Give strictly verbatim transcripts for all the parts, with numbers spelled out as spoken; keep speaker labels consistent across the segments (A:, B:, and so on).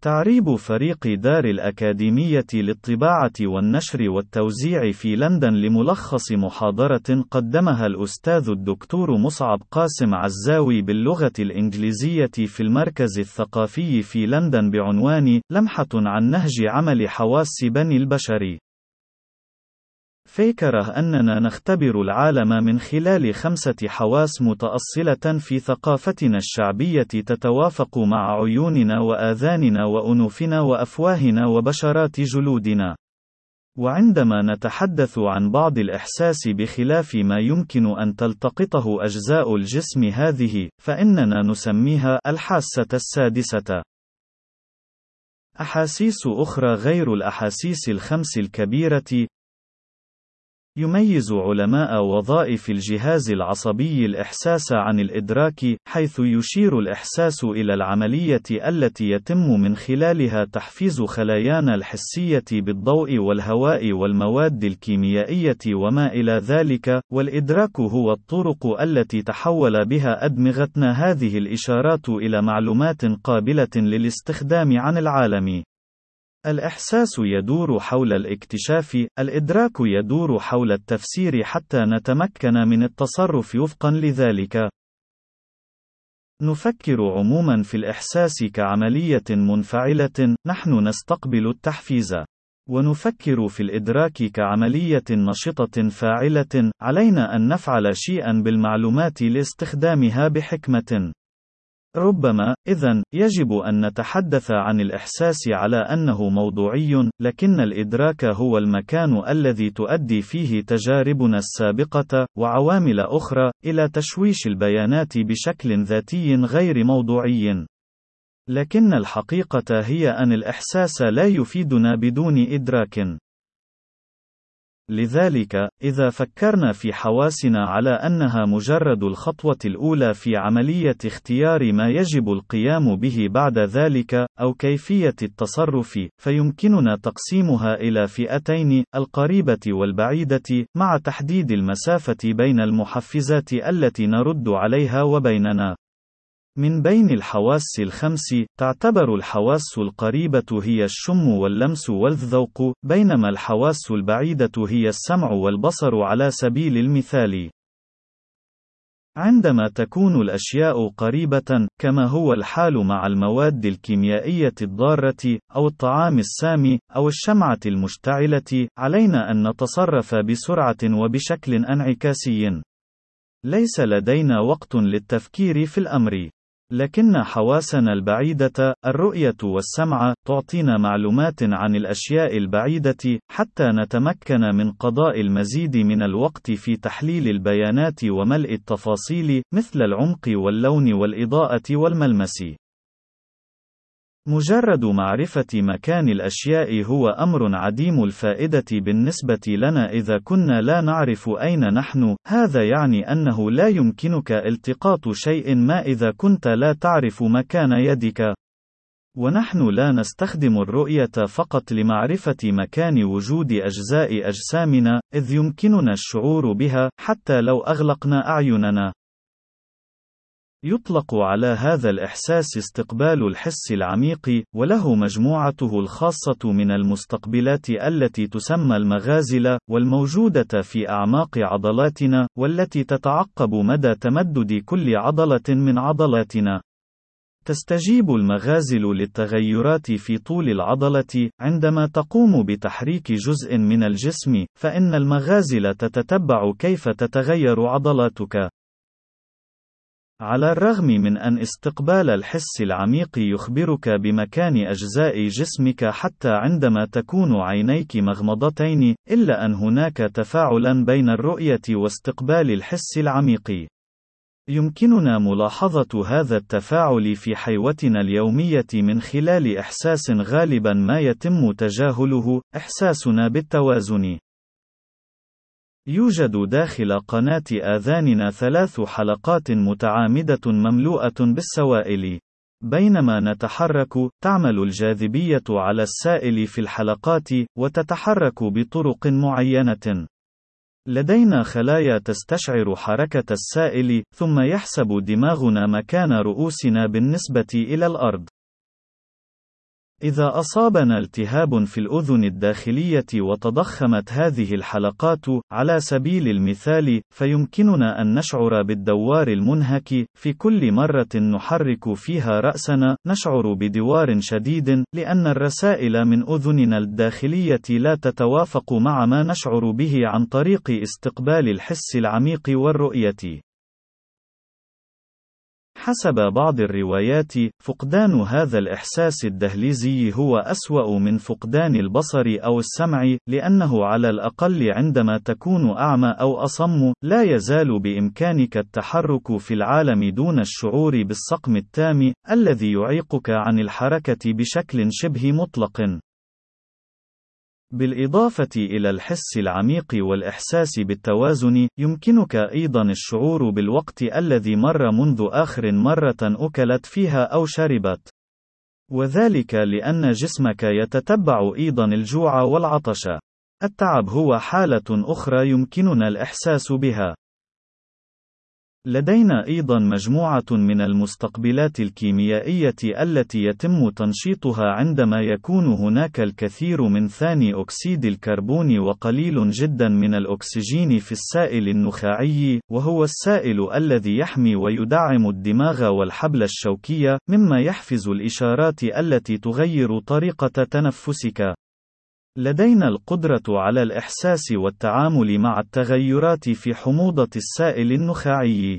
A: تعريب فريق دار الأكاديمية للطباعة والنشر والتوزيع في لندن لملخص محاضرة قدمها الأستاذ الدكتور مصعب قاسم عزاوي باللغة الإنجليزية في المركز الثقافي في لندن بعنوان لمحة عن نهج عمل حواس بني البشر. فكره أننا نختبر العالم من خلال خمسة حواس متأصلة في ثقافتنا الشعبية تتوافق مع عيوننا وآذاننا وأنوفنا وأفواهنا وبشرات جلودنا. وعندما نتحدث عن بعض الإحساس بخلاف ما يمكن أن تلتقطه أجزاء الجسم هذه، فإننا نسميها الحاسة السادسة. أحاسيس أخرى غير الأحاسيس الخمس الكبيرة. يميز علماء وظائف الجهاز العصبي الإحساس عن الإدراك، حيث يشير الإحساس إلى العملية التي يتم من خلالها تحفيز خلايانا الحسية بالضوء والهواء والمواد الكيميائية وما إلى ذلك، والإدراك هو الطرق التي تحول بها أدمغتنا هذه الإشارات إلى معلومات قابلة للاستخدام عن العالم. الإحساس يدور حول الاكتشاف، الإدراك يدور حول التفسير حتى نتمكن من التصرف وفقا لذلك. نفكر عموما في الإحساس كعملية منفعلة، نحن نستقبل التحفيز. ونفكر في الإدراك كعملية نشطة فاعلة، علينا أن نفعل شيئا بالمعلومات لاستخدامها بحكمة. ربما، إذن، يجب أن نتحدث عن الإحساس على أنه موضوعي، لكن الإدراك هو المكان الذي تؤدي فيه تجاربنا السابقة، وعوامل أخرى، إلى تشويش البيانات بشكل ذاتي غير موضوعي. لكن الحقيقة هي أن الإحساس لا يفيدنا بدون إدراك. لذلك، إذا فكرنا في حواسنا على أنها مجرد الخطوة الأولى في عملية اختيار ما يجب القيام به بعد ذلك، أو كيفية التصرف، فيمكننا تقسيمها إلى فئتين: القريبة والبعيدة، مع تحديد المسافة بين المحفزات التي نرد عليها وبيننا. من بين الحواس الخمس، تعتبر الحواس القريبة هي الشم واللمس والذوق، بينما الحواس البعيدة هي السمع والبصر على سبيل المثال. عندما تكون الأشياء قريبة، كما هو الحال مع المواد الكيميائية الضارة، أو الطعام السامي، أو الشمعة المشتعلة، علينا أن نتصرف بسرعة وبشكل انعكاسي. ليس لدينا وقت للتفكير في الأمر. لكن حواسنا البعيدة، الرؤية والسمع، تعطينا معلومات عن الأشياء البعيدة، حتى نتمكن من قضاء المزيد من الوقت في تحليل البيانات وملء التفاصيل، مثل العمق واللون والإضاءة والملمس. مجرد معرفة مكان الأشياء هو أمر عديم الفائدة بالنسبة لنا إذا كنا لا نعرف أين نحن. هذا يعني أنه لا يمكنك التقاط شيء ما إذا كنت لا تعرف مكان يدك. ونحن لا نستخدم الرؤية فقط لمعرفة مكان وجود أجزاء أجسامنا، إذ يمكننا الشعور بها، حتى لو أغلقنا أعيننا. يطلق على هذا الإحساس استقبال الحس العميق، وله مجموعته الخاصة من المستقبلات التي تسمى المغازل، والموجودة في أعماق عضلاتنا، والتي تتعقب مدى تمدد كل عضلة من عضلاتنا. تستجيب المغازل للتغيرات في طول العضلة. عندما تقوم بتحريك جزء من الجسم، فإن المغازل تتتبع كيف تتغير عضلاتك. على الرغم من أن استقبال الحس العميق يخبرك بمكان أجزاء جسمك حتى عندما تكون عينيك مغمضتين، إلا أن هناك تفاعلا بين الرؤية واستقبال الحس العميق. يمكننا ملاحظة هذا التفاعل في حيوتنا اليومية من خلال إحساس غالبا ما يتم تجاهله، إحساسنا بالتوازن. يوجد داخل قناة آذاننا ثلاث حلقات متعامدة مملوءة بالسوائل. بينما نتحرك، تعمل الجاذبية على السائل في الحلقات، وتتحرك بطرق معينة. لدينا خلايا تستشعر حركة السائل، ثم يحسب دماغنا مكان رؤوسنا بالنسبة إلى الأرض. إذا أصابنا التهاب في الأذن الداخلية وتضخمت هذه الحلقات، على سبيل المثال، فيمكننا أن نشعر بالدوار المنهك، في كل مرة نحرك فيها رأسنا، نشعر بدوار شديد، لأن الرسائل من أذننا الداخلية لا تتوافق مع ما نشعر به عن طريق استقبال الحس العميق والرؤية. حسب بعض الروايات، فقدان هذا الإحساس الدهليزي هو أسوأ من فقدان البصر أو السمع، لأنه على الأقل عندما تكون أعمى أو أصم، لا يزال بإمكانك التحرك في العالم دون الشعور بالصقم التام، الذي يعيقك عن الحركة بشكل شبه مطلق. بالإضافة إلى الحس العميق والإحساس بالتوازن، يمكنك أيضا الشعور بالوقت الذي مر منذ آخر مرة أكلت فيها أو شربت. وذلك لأن جسمك يتتبع أيضا الجوع والعطش. التعب هو حالة أخرى يمكننا الإحساس بها. لدينا أيضا مجموعة من المستقبلات الكيميائية التي يتم تنشيطها عندما يكون هناك الكثير من ثاني أكسيد الكربون وقليل جدا من الأكسجين في السائل النخاعي، وهو السائل الذي يحمي ويدعم الدماغ والحبل الشوكي، مما يحفز الإشارات التي تغير طريقة تنفسك. لدينا القدرة على الإحساس والتعامل مع التغيرات في حموضة السائل النخاعي.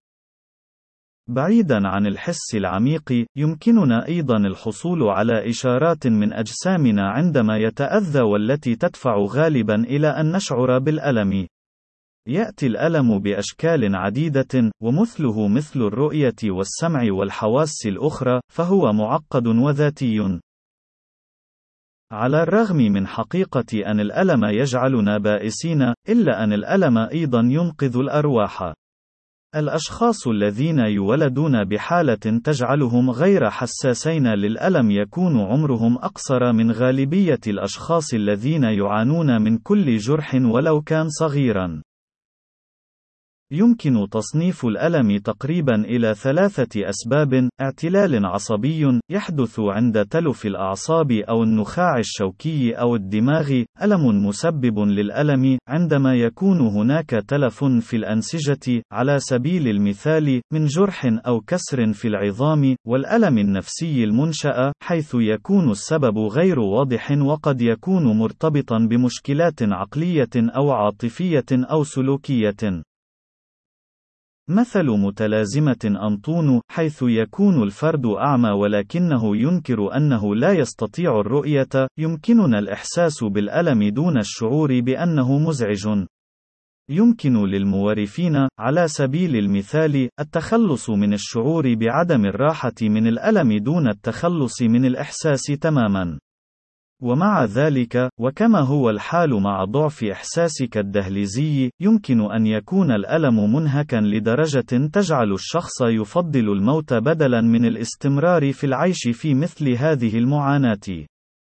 A: بعيداً عن الحس العميق، يمكننا أيضاً الحصول على إشارات من أجسامنا عندما يتأذى، والتي تدفع غالباً إلى أن نشعر بالألم. يأتي الألم بأشكال عديدة، ومثله مثل الرؤية والسمع والحواس الأخرى، فهو معقد وذاتي. على الرغم من حقيقة أن الألم يجعلنا بائسين، إلا أن الألم أيضا ينقذ الأرواح. الأشخاص الذين يولدون بحالة تجعلهم غير حساسين للألم يكون عمرهم أقصر من غالبية الأشخاص الذين يعانون من كل جرح ولو كان صغيرا. يمكن تصنيف الألم تقريبا إلى ثلاثة أسباب: اعتلال عصبي يحدث عند تلف الأعصاب أو النخاع الشوكي أو الدماغ، ألم مسبب للألم عندما يكون هناك تلف في الأنسجة، على سبيل المثال من جرح أو كسر في العظام، والألم النفسي المنشأ حيث يكون السبب غير واضح وقد يكون مرتبطا بمشكلات عقلية أو عاطفية أو سلوكية. مثل متلازمة أنطون، حيث يكون الفرد أعمى ولكنه ينكر أنه لا يستطيع الرؤية، يمكننا الإحساس بالألم دون الشعور بأنه مزعج. يمكن للمورفين، على سبيل المثال، التخلص من الشعور بعدم الراحة من الألم دون التخلص من الإحساس تماماً. ومع ذلك، وكما هو الحال مع ضعف إحساسك الدهليزي، يمكن أن يكون الألم منهكا لدرجة تجعل الشخص يفضل الموت بدلا من الاستمرار في العيش في مثل هذه المعاناة.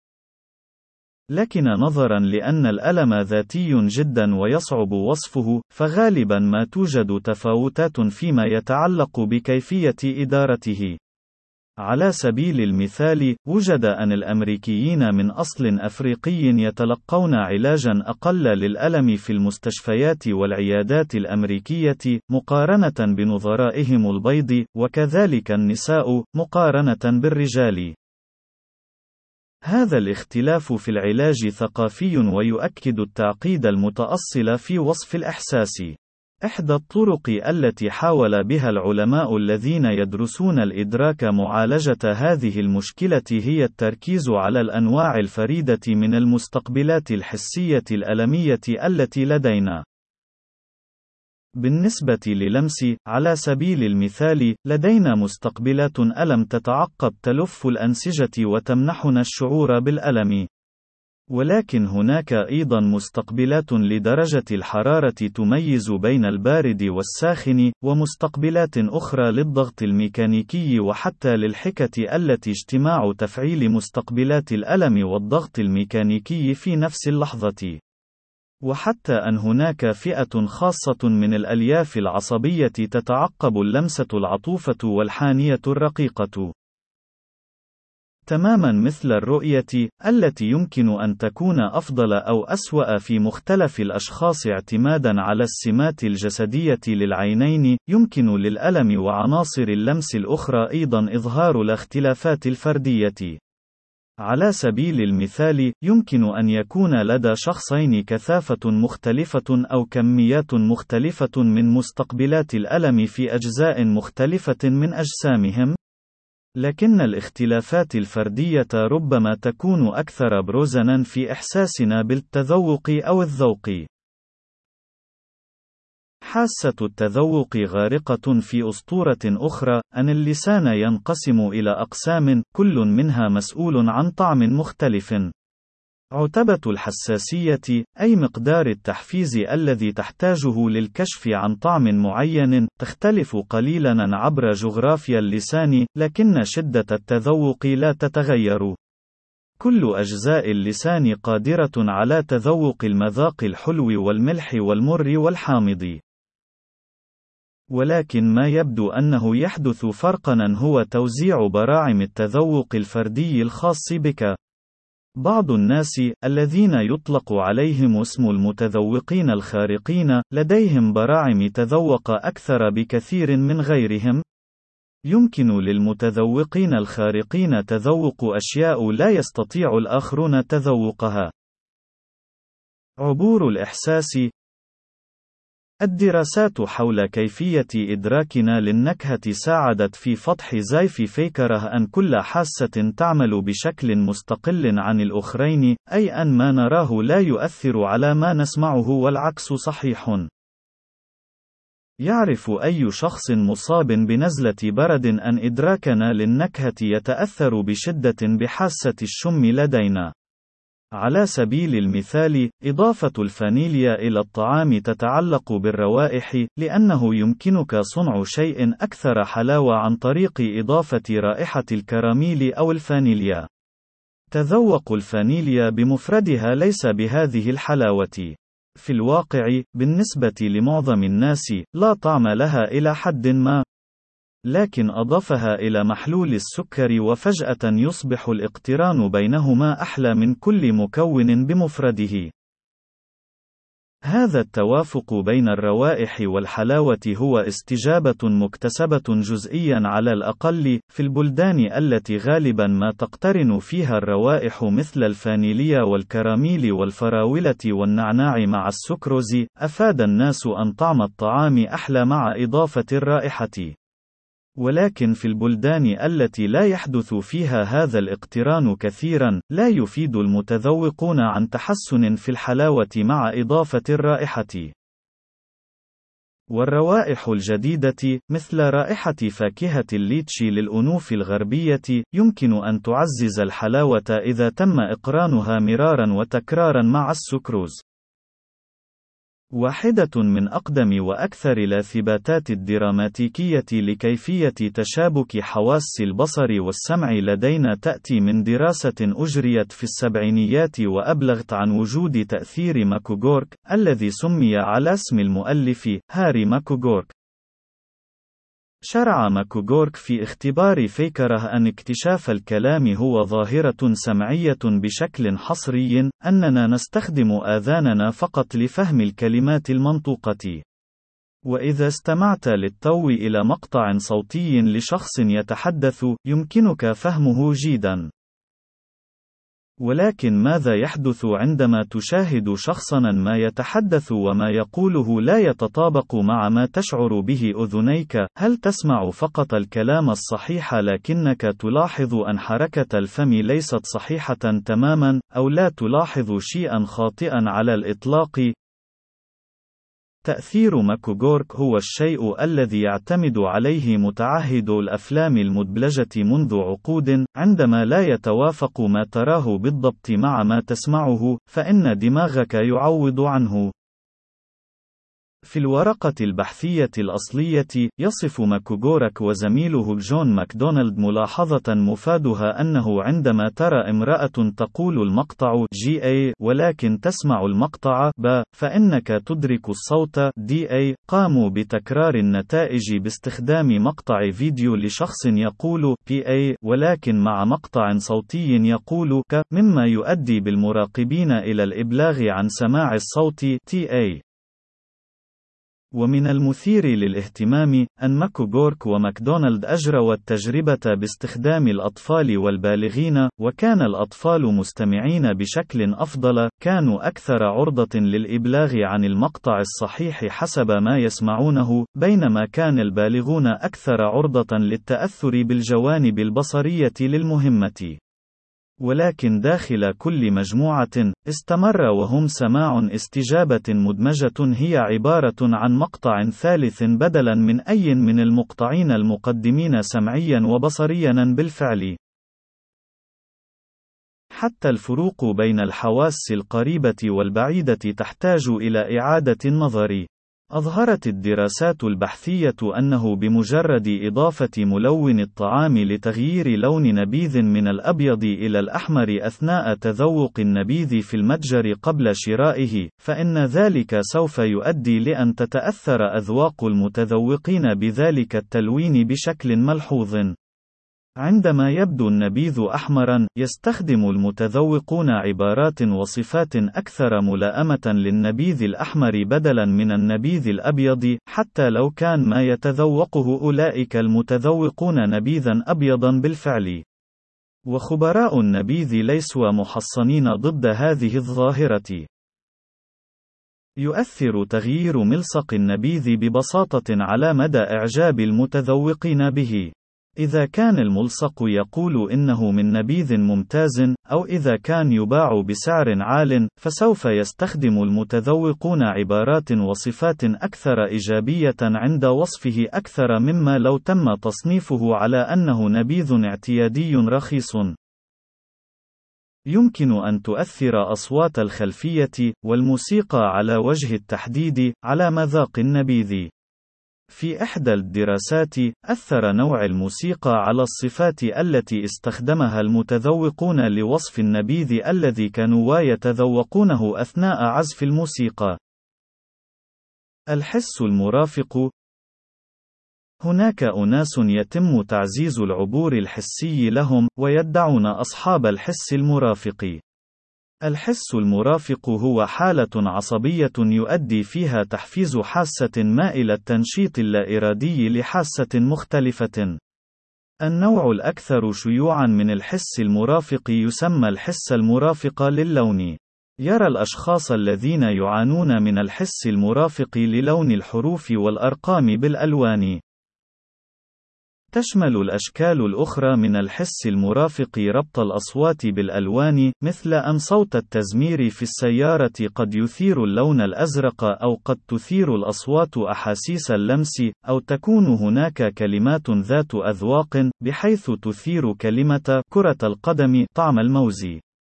A: لكن نظرا لأن الألم ذاتي جدا ويصعب وصفه، فغالبا ما توجد تفاوتات فيما يتعلق بكيفية إدارته. على سبيل المثال، وجد أن الأمريكيين من أصل أفريقي يتلقون علاجا أقل للألم في المستشفيات والعيادات الأمريكية، مقارنة بنظرائهم البيض، وكذلك النساء، مقارنة بالرجال. هذا الاختلاف في العلاج ثقافي ويؤكد التعقيد المتأصل في وصف الإحساس. إحدى الطرق التي حاول بها العلماء الذين يدرسون الإدراك معالجة هذه المشكلة هي التركيز على الأنواع الفريدة من المستقبلات الحسية الألمية التي لدينا. بالنسبة للمس، على سبيل المثال، لدينا مستقبلات ألم تتعقب تلف الأنسجة وتمنحنا الشعور بالألم. ولكن هناك أيضا مستقبلات لدرجة الحرارة تميز بين البارد والساخن، ومستقبلات أخرى للضغط الميكانيكي وحتى للحكة التي اجتماع تفعيل مستقبلات الألم والضغط الميكانيكي في نفس اللحظة. وحتى أن هناك فئة خاصة من الألياف العصبية تتعقب اللمسة العطوفة والحانية الرقيقة. تماماً مثل الرؤية، التي يمكن أن تكون أفضل أو أسوأ في مختلف الأشخاص اعتماداً على السمات الجسدية للعينين، يمكن للألم وعناصر اللمس الأخرى أيضاً إظهار الاختلافات الفردية. على سبيل المثال، يمكن أن يكون لدى شخصين كثافة مختلفة أو كميات مختلفة من مستقبلات الألم في أجزاء مختلفة من أجسامهم، لكن الاختلافات الفردية ربما تكون أكثر بروزاً في إحساسنا بالتذوق أو الذوق. حاسة التذوق غارقة في أسطورة أخرى، أن اللسان ينقسم إلى أقسام، كل منها مسؤول عن طعم مختلف. عتبة الحساسية، أي مقدار التحفيز الذي تحتاجه للكشف عن طعم معين، تختلف قليلاً عبر جغرافيا اللسان، لكن شدة التذوق لا تتغير. كل أجزاء اللسان قادرة على تذوق المذاق الحلو والملح والمر والحامض. ولكن ما يبدو أنه يحدث فرقاً هو توزيع براعم التذوق الفردي الخاص بك. بعض الناس، الذين يطلق عليهم اسم المتذوقين الخارقين، لديهم براعم تذوق أكثر بكثير من غيرهم. يمكن للمتذوقين الخارقين تذوق أشياء لا يستطيع الآخرون تذوقها. عبور الإحساس. الدراسات حول كيفية إدراكنا للنكهة ساعدت في فتح زيف فيكره أن كل حاسة تعمل بشكل مستقل عن الأخرين، أي أن ما نراه لا يؤثر على ما نسمعه والعكس صحيح. يعرف أي شخص مصاب بنزلة برد أن إدراكنا للنكهة يتأثر بشدة بحاسة الشم لدينا. على سبيل المثال، إضافة الفانيليا إلى الطعام تتعلق بالروائح، لأنه يمكنك صنع شيء أكثر حلاوة عن طريق إضافة رائحة الكراميل أو الفانيليا. تذوق الفانيليا بمفردها ليس بهذه الحلاوة. في الواقع، بالنسبة لمعظم الناس، لا طعم لها إلى حد ما. لكن أضافها إلى محلول السكر وفجأة يصبح الاقتران بينهما أحلى من كل مكون بمفرده. هذا التوافق بين الروائح والحلاوة هو استجابة مكتسبة جزئيا على الأقل، في البلدان التي غالبا ما تقترن فيها الروائح مثل الفانيليا والكراميل والفراولة والنعناع مع السكروز. أفاد الناس أن طعم الطعام أحلى مع إضافة الرائحة. ولكن في البلدان التي لا يحدث فيها هذا الاقتران كثيرا، لا يفيد المتذوقون عن تحسن في الحلاوة مع إضافة الرائحة. والروائح الجديدة، مثل رائحة فاكهة الليتشي للأنوف الغربية، يمكن أن تعزز الحلاوة إذا تم إقرانها مرارا وتكرارا مع السكروز. واحدة من أقدم وأكثر الاثباتات الدراماتيكية لكيفية تشابك حواس البصر والسمع لدينا تأتي من دراسة أجريت في السبعينيات وأبلغت عن وجود تأثير ماكوغورك، الذي سمي على اسم المؤلف، هاري ماكوغورك. شرع ماكوغورك في اختبار فيكره أن اكتشاف الكلام هو ظاهرة سمعية بشكل حصري، أننا نستخدم آذاننا فقط لفهم الكلمات المنطوقة. وإذا استمعت للتو إلى مقطع صوتي لشخص يتحدث، يمكنك فهمه جيدا. ولكن ماذا يحدث عندما تشاهد شخصاً ما يتحدث وما يقوله لا يتطابق مع ما تشعر به أذنيك؟ هل تسمع فقط الكلام الصحيح لكنك تلاحظ أن حركة الفم ليست صحيحة تماماً، أو لا تلاحظ شيئاً خاطئاً على الإطلاق؟ تأثير ماكوغورك هو الشيء الذي يعتمد عليه متعهدو الأفلام المدبلجة منذ عقود. عندما لا يتوافق ما تراه بالضبط مع ما تسمعه، فإن دماغك يعوض عنه. في الورقة البحثية الأصلية، يصف ماكوغورك وزميله جون ماكدونالد ملاحظة مفادها أنه عندما ترى امرأة تقول المقطع جي إيه ولكن تسمع المقطع ب، فإنك تدرك الصوت دي إيه. قاموا بتكرار النتائج باستخدام مقطع فيديو لشخص يقول بي إيه ولكن مع مقطع صوتي يقول ك، مما يؤدي بالمراقبين إلى الإبلاغ عن سماع الصوت تي إيه. ومن المثير للاهتمام أن ماكوغورك وماكدونالد أجروا التجربة باستخدام الأطفال والبالغين، وكان الأطفال مستمعين بشكل أفضل، كانوا أكثر عرضة للإبلاغ عن المقطع الصحيح حسب ما يسمعونه، بينما كان البالغون أكثر عرضة للتأثر بالجوانب البصرية للمهمة. ولكن داخل كل مجموعة، استمر وهم سماع استجابة مدمجة هي عبارة عن مقطع ثالث بدلا من أي من المقطعين المقدمين سمعيا وبصريا بالفعل. حتى الفروق بين الحواس القريبة والبعيدة تحتاج إلى إعادة النظر. أظهرت الدراسات البحثية أنه بمجرد إضافة ملون الطعام لتغيير لون نبيذ من الأبيض إلى الأحمر أثناء تذوق النبيذ في المتجر قبل شرائه، فإن ذلك سوف يؤدي لأن تتأثر أذواق المتذوقين بذلك التلوين بشكل ملحوظ. عندما يبدو النبيذ أحمرا، يستخدم المتذوقون عبارات وصفات أكثر ملائمة للنبيذ الأحمر بدلا من النبيذ الأبيض، حتى لو كان ما يتذوقه أولئك المتذوقون نبيذا أبيضا بالفعل. وخبراء النبيذ ليسوا محصنين ضد هذه الظاهرة. يؤثر تغيير ملصق النبيذ ببساطة على مدى إعجاب المتذوقين به. إذا كان الملصق يقول إنه من نبيذ ممتاز، أو إذا كان يباع بسعر عال، فسوف يستخدم المتذوقون عبارات وصفات أكثر إيجابية عند وصفه أكثر مما لو تم تصنيفه على أنه نبيذ اعتيادي رخيص. يمكن أن تؤثر أصوات الخلفية والموسيقى على وجه التحديد على مذاق النبيذ. في إحدى الدراسات، أثر نوع الموسيقى على الصفات التي استخدمها المتذوقون لوصف النبيذ الذي كانوا يتذوقونه أثناء عزف الموسيقى. الحس المرافق. هناك أناس يتم تعزيز العبور الحسي لهم، ويدعون أصحاب الحس المرافق. الحس المرافق هو حالة عصبية يؤدي فيها تحفيز حاسة ما إلى التنشيط اللا إرادي لحاسة مختلفة. النوع الأكثر شيوعًا من الحس المرافق يسمى الحس المرافق للون. يرى الأشخاص الذين يعانون من الحس المرافق للون الحروف والأرقام بالألوان. تشمل الأشكال الأخرى من الحس المرافق ربط الأصوات بالألوان، مثل أن صوت التزمير في السيارة قد يثير اللون الأزرق، أو قد تثير الأصوات أحاسيس اللمس، أو تكون هناك كلمات ذات أذواق، بحيث تثير كلمة كرة القدم طعم الموز.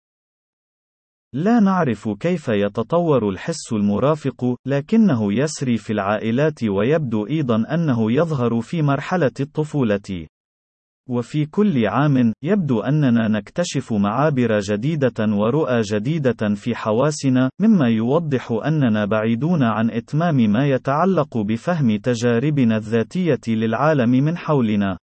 A: لا نعرف كيف يتطور الحس المرافق، لكنه يسري في العائلات ويبدو أيضا أنه يظهر في مرحلة الطفولة. وفي كل عام، يبدو أننا نكتشف معابر جديدة ورؤى جديدة في حواسنا، مما يوضح أننا بعيدون عن إتمام ما يتعلق بفهم تجاربنا الذاتية للعالم من حولنا.